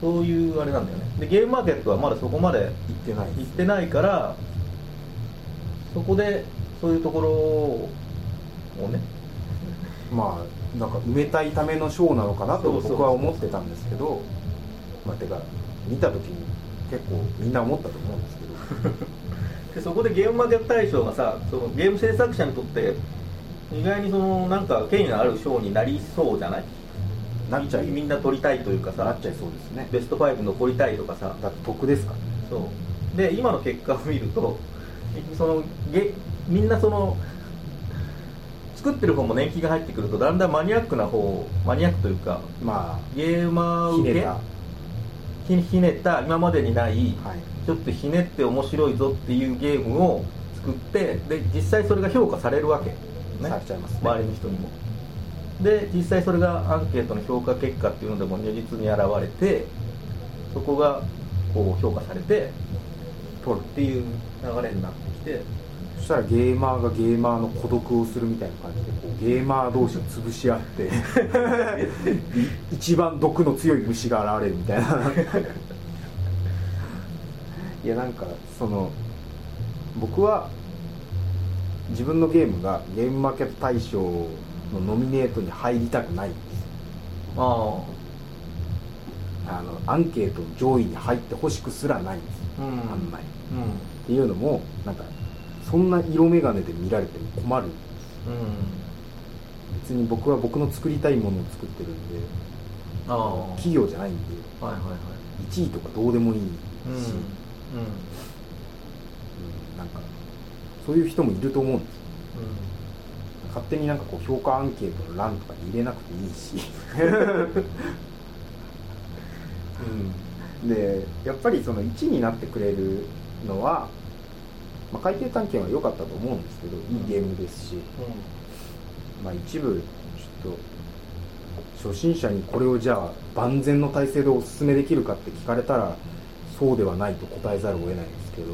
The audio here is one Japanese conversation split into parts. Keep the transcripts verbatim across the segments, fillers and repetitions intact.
そういうあれなんだよね。でゲームマーケットはまだそこまで行ってない行ってないから、そこでそういうところをね、 まあなんか埋めたいためのショーなのかなと僕は思ってたんですけど、まあてか見た時に結構みんな思ったと思うんですけどでそこでゲームマーケット大賞がさ、そのゲーム制作者にとって意外にそのなんか権威のある賞になりそうじゃない？ なっちゃいみんな取りたいというかさ、 なっちゃいそうですね。 ベストファイブ残りたいとかさ、 だって得ですからね。 そうで今の結果を見ると、そのゲみんなその作ってる方も年季が入ってくるとだんだんマニアックな方、マニアックというか、 まあゲーマー受けひねたひひねった今までにない、 はいちょっとひねって面白いぞっていうゲームを作って、で実際それが評価されるわけ、ね、 されちゃいますね。 周りの人にも。で実際それがアンケートの評価結果っていうのでも如実に現れて、そこがこう評価されて取るっていう流れになってきて、 そしたらゲーマーがゲーマーの孤独をするみたいな感じで、こうゲーマー同士を潰し合って一番毒の強い虫が現れるみたいないやなんかその僕は自分のゲームがゲームマーケット大賞のノミネートに入りたくないんですよ。 ああのアンケートの上位に入ってほしくすらないんですよ、 うん、 あんまり、 うん、 っていうのもなんかそんな色眼鏡で見られても困るんです。 うん、 別に僕は僕の作りたいものを作ってるんで、 あ企業じゃないんで、 はいはいはい、 いちいとかどうでもいいし、 うんうん、 うん、なんかそういう人もいると思うんですよ、うん、勝手になんかこう評価アンケートの欄とかに入れなくていいし、うん、でやっぱりそのいちいになってくれるのは、まあ、海底探検は良かったと思うんですけど、いいゲームですし、うん、まあ一部ちょっと初心者にこれをじゃあ万全の体制でおすすめできるかって聞かれたらそうではないと答えざるを得ないんですけど、うん、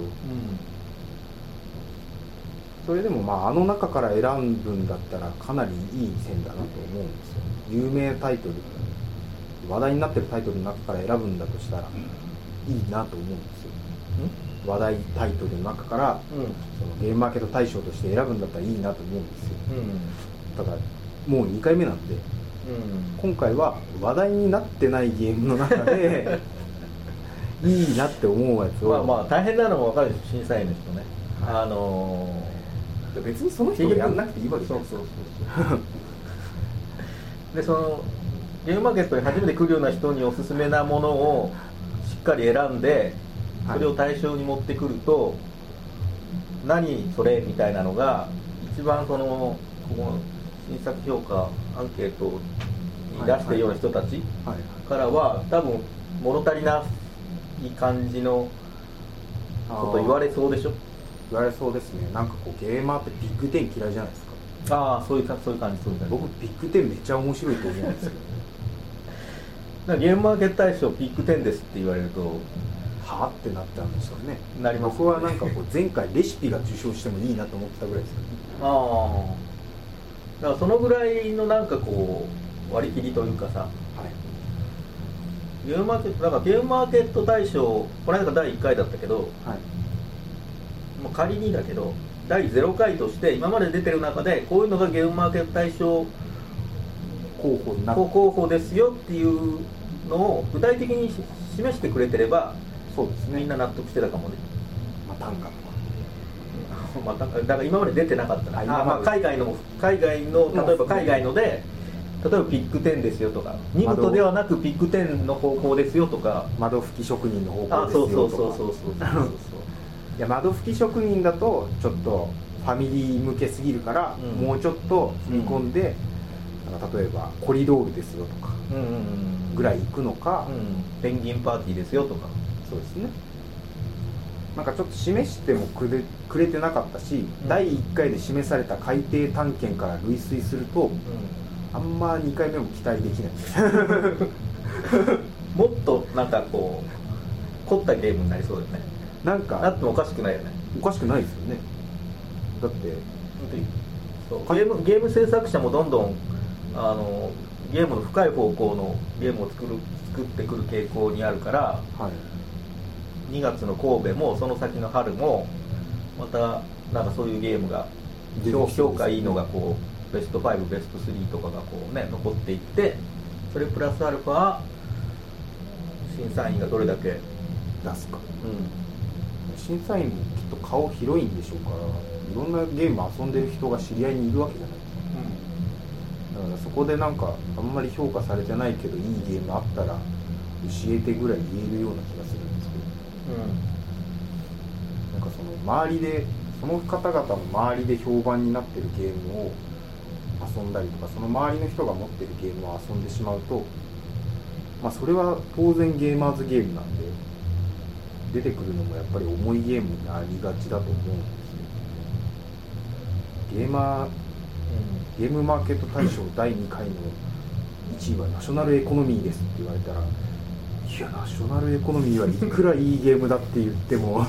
それでもまああの中から選ぶんだったらかなりいい線だなと思うんですよ。有名タイトル、話題になってるタイトルの中から選ぶんだとしたらいいなと思うんですよ、うん、話題タイトルの中から、うん、そのゲームマーケット大賞として選ぶんだったらいいなと思うんですよ、うん、ただもうにかいめなんで、うん、今回は話題になってないゲームの中でいいなって思うやつを、 まあまあ大変なのも分かるでしょ、審査員の人ね、はい、あのー、別にその人がやんなくていいわけじゃないですか。 そうそうそうでそのゲームマーケットに初めて来るような人におすすめなものをしっかり選んで、それを対象に持ってくると、はい、何それみたいなのが一番そのこの新作評価アンケートに出しているような人たちからは多分物足りない感じのこと言われそうでしょ。 言われそうですね。なんかこうゲーマーってビッグテン嫌いじゃないですか。 ああ、そういうかそういう感じそういう感じ。 僕ビッグテンめっちゃ面白いと思うんですけど、ね、 だからゲームマーケット大賞ビッグテンですって言われるとはぁってなったんですよね。 なりますね。 僕はなんかこう前回レシピが受賞してもいいなと思ってたぐらいですよね。 ああ、だからそのぐらいのなんかこう割り切りというかさ、はい、ゲームマーケットだからゲームマーケット大賞この間がだいいっかいだったけど、はい、もう仮にだけどだいゼロかいとして今まで出てる中でこういうのがゲームマーケット大賞候補にな候補ですよっていうのを具体的に示してくれてれば、 そうですね、 みんな納得してたかもね。 まあ、単価とかまただから今まで出てなかったな。あ、まあ、海外の海外の例えば海外ので例えばピックテンですよとか、ニムトではなくピックテンの方向ですよとか、 窓拭き職人の方向ですよとか。 そうそうそうそうそうそういや窓拭き職人だとちょっとファミリー向けすぎるから、うん、もうちょっと踏み込んで、うん、なんか例えばコリドールですよとかぐらい行くのか、うんうん、 ペンギンパーティーですよとか。 そうですね。なんかちょっと示してもくれ、くれてなかったし、うん、だいいっかいで示された海底探検から類推すると、うん、あんまにかいめも期待できないもっとなんかこう凝ったゲームになりそうだよね。 なんかなってもおかしくないよね。 おかしくないですよね。だってそうゲーム、ゲーム制作者もどんどんあのゲームの深い方向のゲームを作る作ってくる傾向にあるから、 はい、 にがつの神戸もその先の春もまたなんかそういうゲームが評価いいのがこうベストファイブベストスリーとかがこうね残っていって、それプラスアルファ審査員がどれだけ出すか、 うん、 審査員もきっと顔広いんでしょうから、いろんなゲーム遊んでる人が知り合いにいるわけじゃないですか、うん、だからそこでなんかあんまり評価されてないけどいいゲームあったら教えてぐらい言えるような気がするんですけど、うん、なんかその周りでその方々の周りで評判になってるゲームを遊んだりとか、その周りの人が持ってるゲームを遊んでしまうと、まあ、それは当然ゲーマーズゲームなんで出てくるのもやっぱり重いゲームになりがちだと思うんですよ。ゲーマー、うん、ゲームマーケット大賞だいにかいのいちいはナショナルエコノミーですって言われたら、いやナショナルエコノミーはいくらいいゲームだって言っても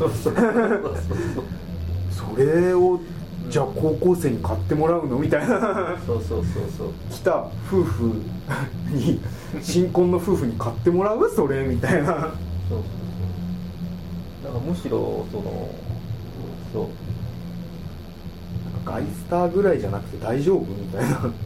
それをじゃあ高校生に買ってもらうのみたいなそうそうそうそう来た夫婦に新婚の夫婦に買ってもらうそれみたいなそうそうそう、だからむしろそのそうなんかガイスターぐらいじゃなくて大丈夫みたいな、うんうん、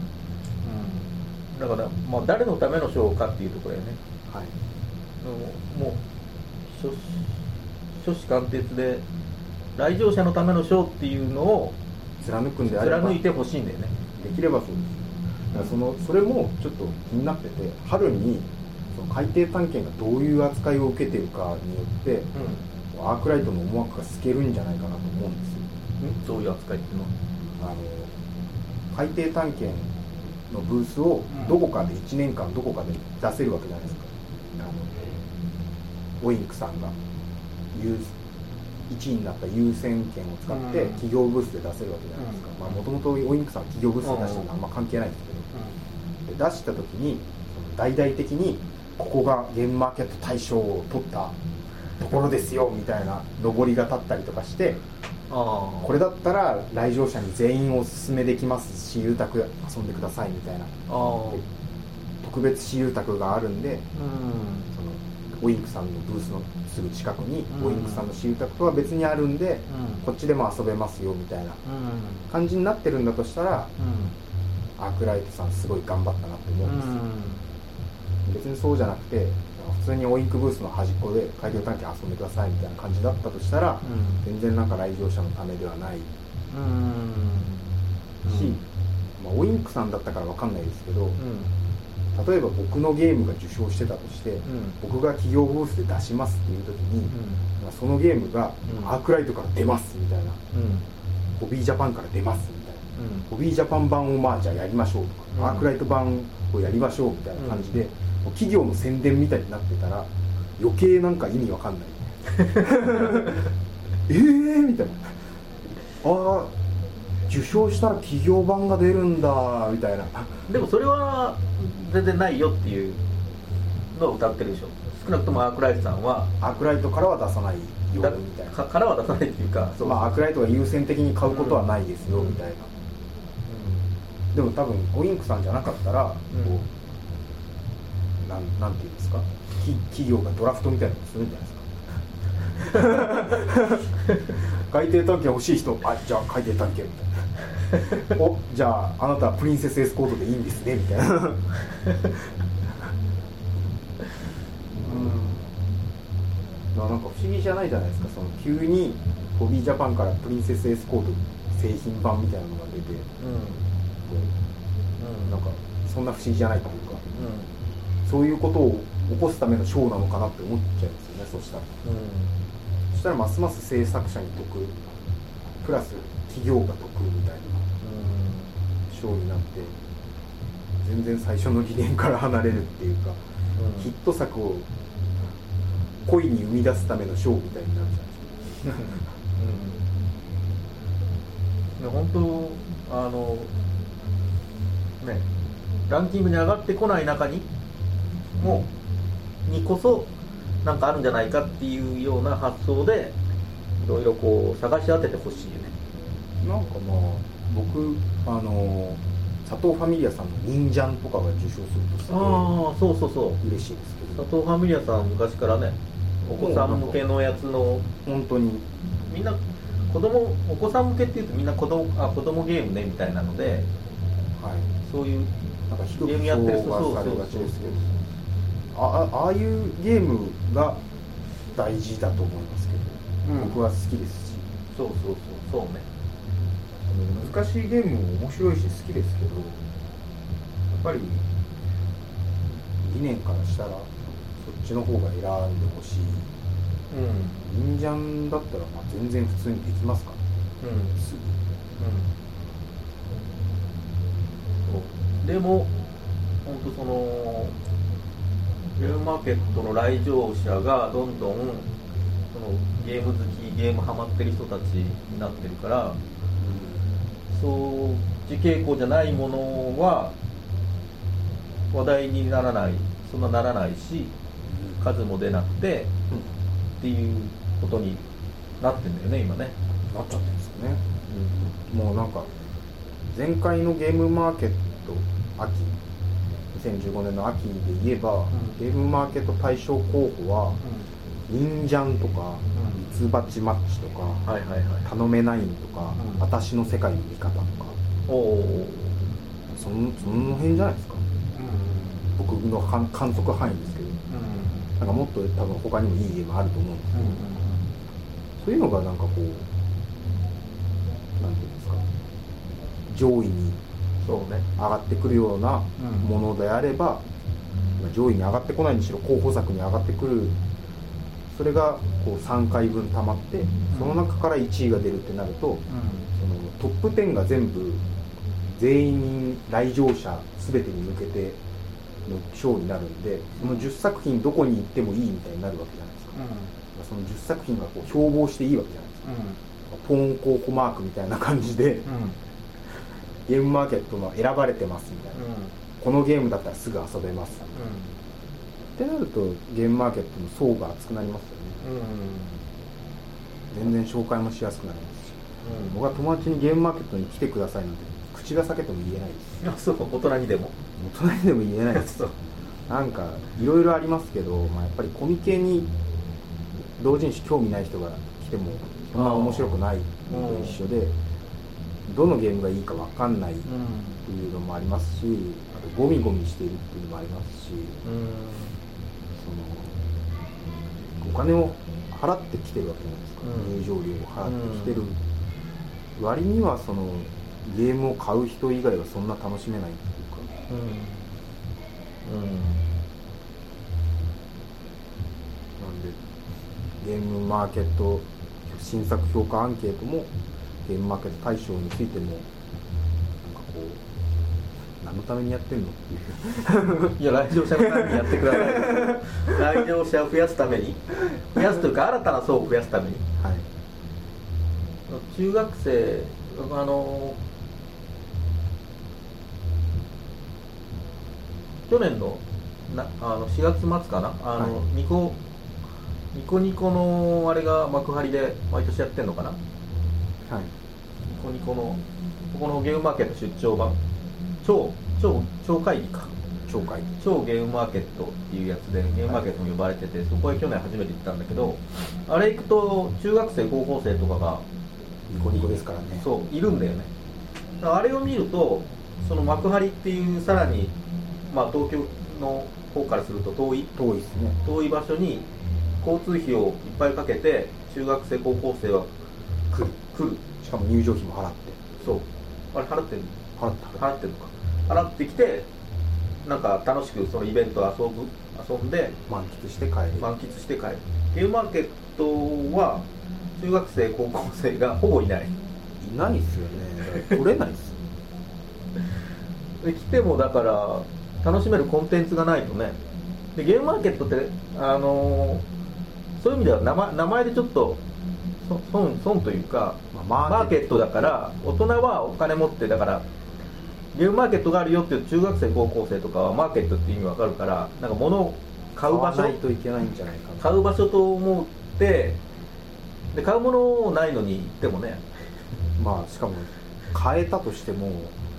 だからまあ誰のための賞かっていうところやね、 はい、 もう初初子貫徹で来場者のための賞っていうのを貫くんであれば貫いてほしいんだよね。 できればそうです。だからそのそれもちょっと気になってて、春にその海底探検がどういう扱いを受けてるかによって、うん、アークライトの思惑が透けるんじゃないかなと思うんですよ。 んどういう扱いっていうのは、 あの海底探検のブースをどこかでいちねんかんどこかで出せるわけじゃないですか。あのオインクさんが言ういちいになった優先権を使って企業ブースで出せるわけじゃないですか。もともとオインクさんは企業ブースで出してるのはあんま関係ないんですけど、で出した時に大々的にここがゲームマーケット大賞を取ったところですよみたいな上りが立ったりとかして、あこれだったら来場者に全員おすすめできますし、ゆうたく遊んでくださいみたいな、あ特別私有宅があるんで、うん、そのオインクさんのブースのすぐ近くに、うん、オインクさんの私有宅とは別にあるんで、うん、こっちでも遊べますよみたいな感じになってるんだとしたら、うん、アークライトさんすごい頑張ったなって思うんですよ、うん、別にそうじゃなくて普通にオインクブースの端っこで海底探検遊んでくださいみたいな感じだったとしたら、うん、全然なんか来場者のためではない、うん、し、まあ、オインクさんだったから分かんないですけど、うん、例えば僕のゲームが受賞してたとして、うん、僕が企業ブースで出しますっていう時に、うんまあ、そのゲームがアークライトから出ますみたいな、うん、ホビージャパンから出ますみたいな、うん、ホビージャパン版をまあじゃあやりましょうとか、うん、アークライト版をやりましょうみたいな感じで、うん企業の宣伝みたいになってたら余計なんか意味わかんないえーみたいな、ああ受賞したら企業版が出るんだみたいな。 でもそれは全然ないよっていうのを歌ってるでしょ。少なくともアークライトさんはアークライトからは出さないよみたいなかからは出さないっていうかそう、まあ、アークライトが優先的に買うことはないですよ、うん、みたいな、うん、でも多分オインクさんじゃなかったら、うん、こうなん、なんていうんですか、企業がドラフトみたいなのをするんじゃないですか海底探検欲しい人、あ、じゃあ海底探検みたいなお、じゃああなたはプリンセスエスコートでいいんですねみたいなうん、なんか不思議じゃないじゃないですか。その急にホビージャパンからプリンセスエスコート製品版みたいなのが出て、うんうん、なんかそんな不思議じゃないというか、うんそういうことを起こすためのショーなのかなって思っちゃいますよね。そしたら、うん、そしたらますます制作者に得プラス企業が得みたいな、うん、ショーになって全然最初の理念から離れるっていうか、うん、ヒット作を故意に生み出すためのショーみたいになるじゃないですか、 うん、本当あのねランキングに上がってこない中にもうにこそなんかあるんじゃないかっていうような発想でいろいろこう探し当ててほしいよね。 なんかまあ僕あの佐藤ファミリアさんの忍者とかが受賞するとすああそうそうそう嬉しいですけど、 佐藤ファミリアさん昔からねお子さん向けのやつの本当にみんな子供お子さん向けっていうとみんな子供あ子供ゲームねみたいなので、 はい、 そういうなんか低くゲームやってる人評価されがちですけど、ああああいうゲームが大事だと思いますけど、うん、僕は好きですし、 そうそうそうそうね、 難しいゲームも面白いし好きですけど、やっぱり理念からしたらそっちの方が選んでほしい。うん、忍者だったらまあ全然普通にできますから、うん、すぐ、 うん、でも本当そのゲームマーケットの来場者がどんどんそのゲーム好きゲームハマってる人たちになってるから、うん、そう自傾向じゃないものは話題にならない、そんなならないし数も出なくて、うんっていうことになってんだよね今ね。 なっちゃってるんですよね、うん、もうなんか前回のゲームマーケット秋にせんじゅうごねんの秋で言えば、うん、ゲームマーケット大賞候補は、うん、忍者とかミツバチマッチとか、はいはいはい、頼めないんとか、うん、私の世界の見方とか、おおそのその辺じゃないですか、うん、僕の観測範囲ですけど、なんかもっと多分他にもいいゲームあると思うんですけど、うんうんうん、そういうのがなんかこうなんていうんですか上位に上がってくるようなものであれば、うん、上位に上がってこないにしろ候補作に上がってくる、それがこうさんかいぶん溜まって、うん、その中からいちいが出るってなると、うん、そのトップじゅうが全部全員来場者全てに向けての賞になるんで、そのじゅっさく品どこに行ってもいいみたいになるわけじゃないですか、うん、そのじゅっさく品がこう標榜していいわけじゃないですか、うん、ポーン候補マークみたいな感じで、うん、ゲームマーケットの選ばれてますみたいな、うん、このゲームだったらすぐ遊べます、うん、ってなるとゲームマーケットの層が厚くなりますよね、うん、全然紹介もしやすくなりますし、うん、僕は友達にゲームマーケットに来てくださいなんて口が裂けても言えないです。 あ、そう、大人にでも大人にでも言えないですなんかいろいろありますけど、まあ、やっぱりコミケに同人誌興味ない人が来てもそんな面白くないのと一緒で、どのゲームがいいか分かんないっていうのもありますし、あとゴミゴミしているっていうのもありますし、そのお金を払ってきてるわけじゃないですか、入場料を払ってきてる割にはそのゲームを買う人以外はそんな楽しめないっていうか、うんうん、なんでゲームマーケット新作評価アンケートもゲームマーケット大賞についてもなんかこう何のためにやってんのっていういや来場者のためにやってください来場者を増やすために増やすというか新たな層を増やすために、はい、中学生あの去年のなあのしがつ末かなあの、はい、ニコニコニコのあれが幕張で毎年やってんのかな、はい、ニコニコのここのゲームマーケット出張版超超超会議か超会議超ゲームマーケットっていうやつでゲームマーケットに呼ばれてて、はい、そこへ去年初めて行ったんだけど、あれ行くと中学生高校生とかがニコニコですからね、 そういるんだよね。だからあれを見るとその幕張っていうさらにまあ、東京の方からすると遠い遠いですね、 遠い場所に交通費をいっぱいかけて中学生高校生は来る来るしかも入場費も払って、 そうあれ払ってる払って払ってるのか払ってきてなんか楽しくそのイベント遊ぶ遊んで満喫して帰る満喫して帰る。ゲームマーケットは中学生高校生がほぼいないいないっすよね取れないっすで来てもだから楽しめるコンテンツがないとね。でゲームマーケットってあのー、そういう意味では名前、名前でちょっと損損というか、まあ、マーケットだから大人はお金持ってだからゲームマーケットがあるよっていう中学生高校生とかはマーケットっていう意味わかるからなんか物を買う場所買わないといけないんじゃないかな買う場所と思ってで買うものないのに行ってもねまあしかも買えたとしても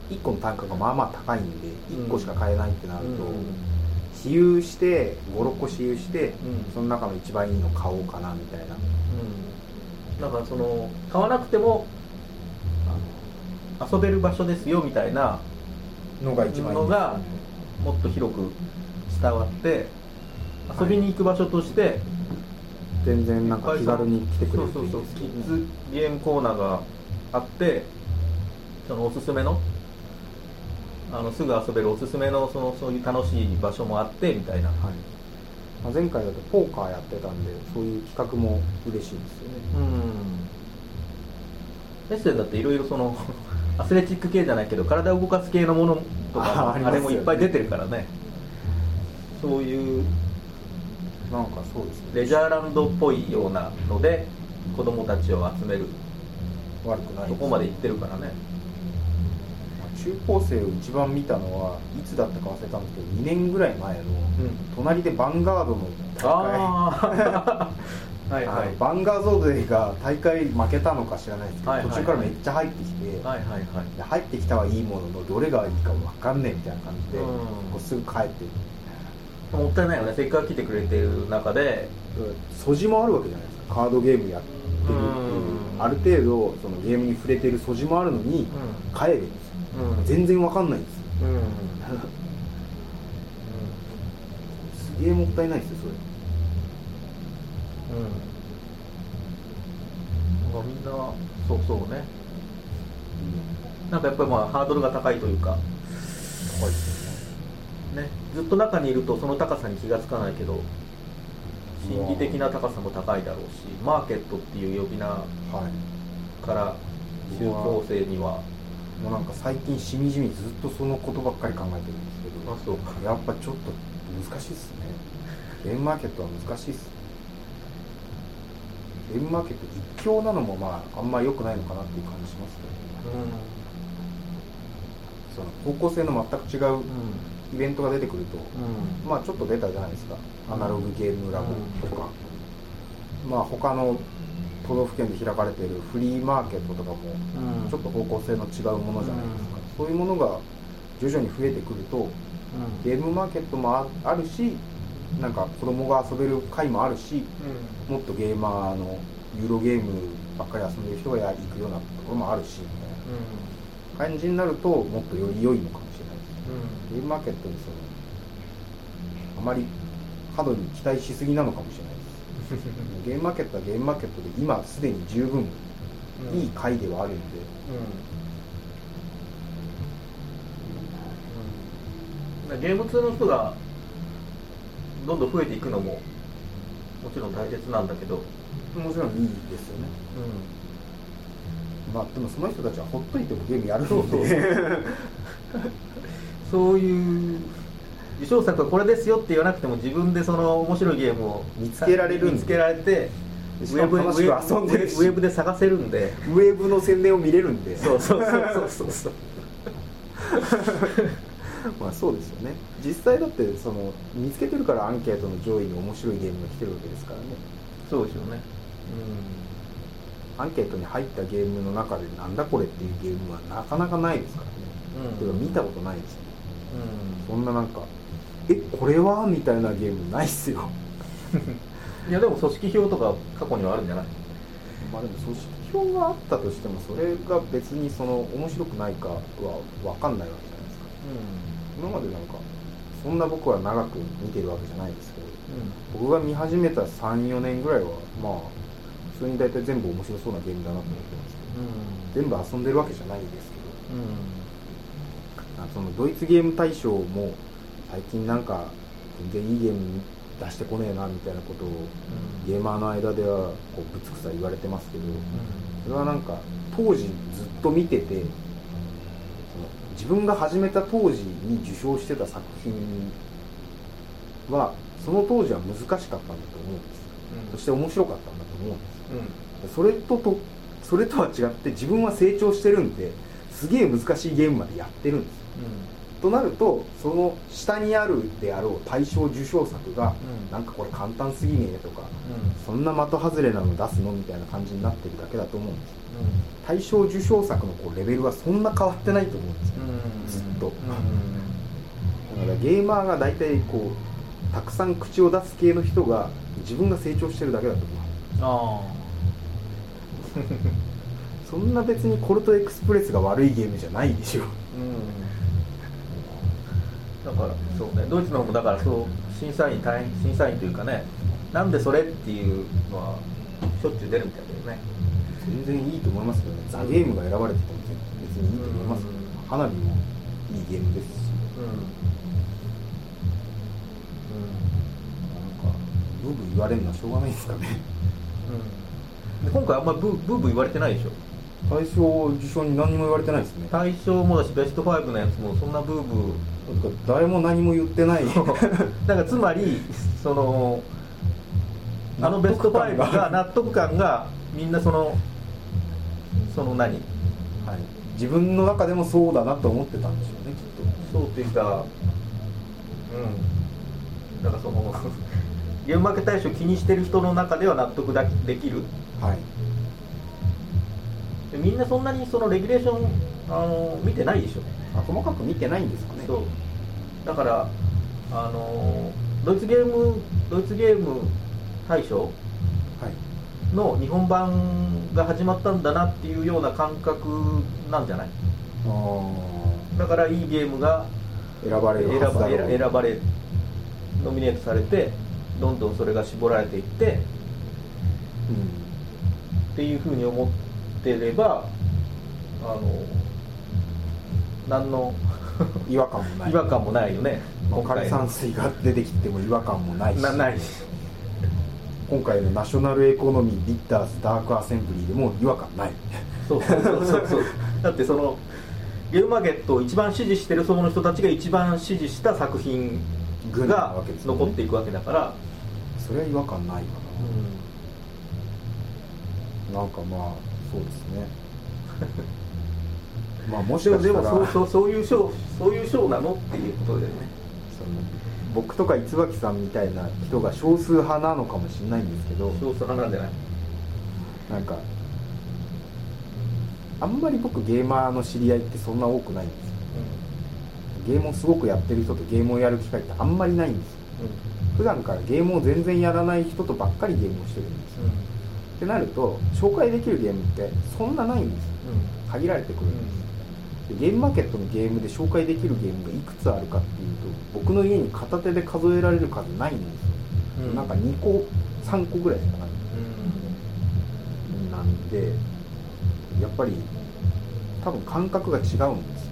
いっこの単価がまあまあ高いんでいっこしか買えないってなると、 うん私有してごろっこ私有して、 うん、 その中の一番いいの買おうかなみたいな、 うん、だからその買わなくてもあの遊べる場所ですよみたいなのが一番いいのがもっと広く伝わって遊びに行く場所として、はい、 全然なんか気軽に来てくれるといいですよね。 そうそうそうキッズゲームコーナーがあってそのおすすめのあのすぐ遊べるおすすめの、 そのそういう楽しい場所もあってみたいな、はい、 まあ、前回だとポーカーやってたんでそういう企画も嬉しいんですよね。 うん、エッセイだっていろいろそのアスレチック系じゃないけど体を動かす系のものとか あ, あ, ね、あれもいっぱい出てるからね。そういうなんかそうですね、 レジャーランドっぽいようなので子供たちを集める悪くないとこまで行ってるからね。 中高生を一番見たのはいつだったか忘れたんですけどにねんぐらい前の、うん、隣でヴァンガードの大会はい、はい、ヴァンガード勢が大会負けたのか知らないですけど、はいはいはい、途中からめっちゃ入ってきて、はいはいはい、入ってきたはいいもののどれがいいか分かんねえみたいな感じで、うん、こうすぐ帰ってもったいないよね。せっかく来てくれてる中で素地もあるわけじゃないですか。カードゲームやってるっていう、うん、ある程度そのゲームに触れてる素地もあるのに、うん、帰るんですよ、うん、全然わかんないんですよ、うんうん、すげえもったいないですよそれ。 うん、みんなそうそうね、うん、なんかやっぱりまあハードルが高いというか高いですよね。 ね、ずっと中にいるとその高さに気がつかないけど心理的な高さも高いだろうし、マーケットっていう呼び名から中高生には、 もうなんか最近しみじみずっとそのことばっかり考えてるんですけど、 あ、そうか、 やっぱちょっと難しいっすね。ゲームマーケットは難しいっすね。ゲームマーケット一強なのもまああんま良くないのかなっていう感じしますけど、ね、うん、その方向性の全く違う、うん、イベントが出てくると、うん、まあちょっと出たじゃないですか、アナログゲームラボとか、うん、まあ他の都道府県で開かれているフリーマーケットとかもちょっと方向性の違うものじゃないですか、うん、そういうものが徐々に増えてくると、うん、ゲームマーケットもあるし、なんか子供が遊べる会もあるし、うん、もっとゲーマーのユーロゲームばっかり遊んでる人が行くようなところもあるしみたいな感じになるともっとより良いのかもしれないですね、うん、ゲームマーケットにそのあまり過度に期待しすぎなのかもしれないですゲームマーケットはゲームマーケットで今すでに十分いい会ではあるんで、 うんうん、ゲーム通の人がどんどん増えていくのももちろん大切なんだけど、 もちろんいいですよね、うん、まあでもその人たちはほっといてもゲームやるのでそういう受賞作はこれですよって言わなくても自分でその面白いゲームを見つけられるんで、 見つけられてウェブ、ウェブで探せるんで、 ウェブの宣伝を見れるんで、 そうそうそうそうそうまあそうですよね。実際だってその見つけてるからアンケートの上位に面白いゲームが来てるわけですからね。 そうですよね、 うん、アンケートに入ったゲームの中でなんだこれっていうゲームはなかなかないですからね、うん、てか見たことないですね、うん、そんななんかえこれはみたいなゲームないっすよいやでも組織票とか過去にはあるんじゃない？ まあでも組織票があったとしてもそれが別にその面白くないかは分かんないわけじゃないですか、うん、今までなんかそんな僕は長く見てるわけじゃないですけど、うん、僕が見始めた さん,よ 年ぐらいはまあ普通に大体全部面白そうなゲームだなと思ってますけど、うん、全部遊んでるわけじゃないですけど、うん、そのドイツゲーム大賞も最近なんか全然いいゲーム出してこねえなみたいなことをゲーマーの間ではこうぶつくさ言われてますけど、それはなんか当時ずっと見てて、その自分が始めた当時に受賞してた作品はその当時は難しかったんだと思うんです、うん、そして面白かったんだと思うんです、うん、それととそれとは違って自分は成長してるんですげえ難しいゲームまでやってるんです、 となるとその下にあるであろう大賞受賞作が、 うん、 なんかこれ簡単すぎねえとか、 うん、 そんな的外れなの出すのみたいな感じになってるだけだと思うんですよ。 うん、 大賞受賞作のこうレベルはそんな変わってないと思うんですよ、 うん、 ずっと、 うん、 だからゲーマーが大体こうたくさん口を出す系の人が自分が成長してるだけだと思う。 ああそんな別にコルトエクスプレスが悪いゲームじゃないでしょ。 うん、だからそうね、ドイツの方もだからそう審査員大変審査員というかね、なんでそれっていうのはしょっちゅう出るみたいだよね。 全然いいと思いますけどね、ザ・ゲームが選ばれてても別にいいと思いますけど、 うん、 花火もいいゲームですし、 うん、うん、 なんかブーブー言われるのはしょうがないですかね。 うん、で今回あんまりブーブーブー言われてないでしょ。 大賞受賞に何にも言われてないですね。 大賞もだしベストファイブのやつもそんなブーブー誰も何も言ってない。 だからつまりそのあのベストファイブが納得感がみんなそのその何、 はい、自分の中でもそうだなと思ってたんでしょうね、きっそうっていうか、うん、だからそのゲームマーケット大賞気にしてる人の中では納得だできる、 と。はい。 でみんなそんなにそのレギュレーションあの見てないでしょ。 あ、細かく見てないんですかね。 そうだからあのドイツゲームドイツゲーム大賞はい。 の日本版が始まったんだなっていうような感覚なんじゃない。 あだからいいゲームが選ばれるはずだろう。 選ば選ばれノミネートされてどんどんそれが絞られていって、 うん、 っていうふうに思ってればあの何の違和感もない。 違和感もないよね。 まあ、枯山水が出てきても違和感もないし、 なないし今回のナショナルエコノミービッターズダークアセンブリーでも違和感ない。 そうそうそうそうそうだってそのゲームマーケットを一番支持してる層の人たちが一番支持した作品が残っていくわけだから、 それは違和感ないかうん、 な。なんかまあそうですね。まあもしかしたらでもそうそうそういう賞そういう賞なのっていうことだよね。 その僕とか椿さんみたいな人が少数派なのかもしれないんですけど、 少数派なんじゃない。 なんかあんまり僕ゲーマーの知り合いってそんな多くないんですよ。ゲームをすごくやってる人とゲームをやる機会ってあんまりないんですよ。 うん普段からゲームを全然やらない人とばっかりゲームをしてるんですよ。 うんってなると紹介できるゲームってそんなないんですよ。 うん限られてくるんです。でゲームマーケットのゲームで紹介できるゲームがいくつあるかっていうと、僕の家に片手で数えられる数ないんですよ。 うんなんかにこさんこぐらいしかないうんなんで、やっぱり多分感覚が違うんですよ。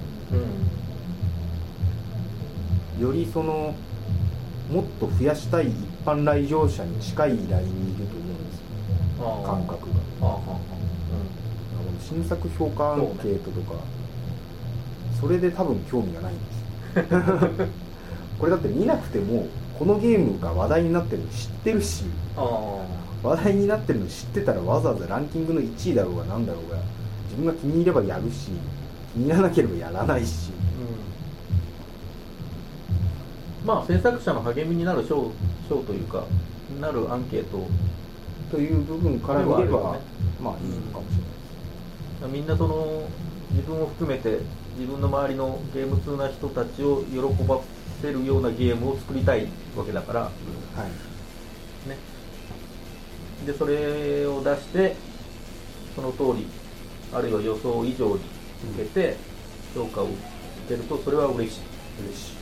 うんよりそのもっと増やしたい一般来場者に近いラインにいると思うんですよ、 あ感覚が。 あああ新作評価アンケートとか そ,、それで多分興味がないんですこれだって見なくてもこのゲームが話題になってるの知ってるし、 ああ話題になってるの知ってたらわざわざランキングのいちいだろうが何だろうが自分が気に入ればやるし、気に入らなければやらないし、 うん、まあ制作者の励みになる賞賞というかなるアンケートという部分から見れば、 ね、 まあいいのかもしれない。 みんなその自分を含めて自分の周りのゲーム通な人たちを喜ばせるようなゲームを作りたいわけだから、 はいね、でそれを出してその通りあるいは予想以上に受けて評価を受けるとそれは嬉しい嬉しい、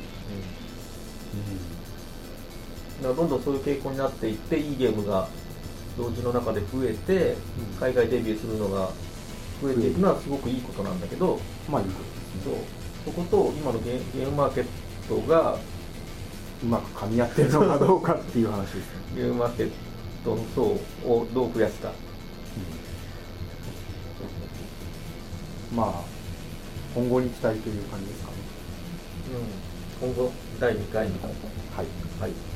うん、だからどんどんそういう傾向になっていっていいゲームが同時の中で増えて海外デビューするのが増えていくのはすごくいいことなんだけど、 まあいいことですね。 そうそこと今のゲー、ゲームマーケットがうまく噛み合ってるのかどうかっていう話ですね。 ゲームマーケットの層をどう増やすか、 うん、まあ今後に期待という感じですかね。 うん、今後だいにかいのはい、 はい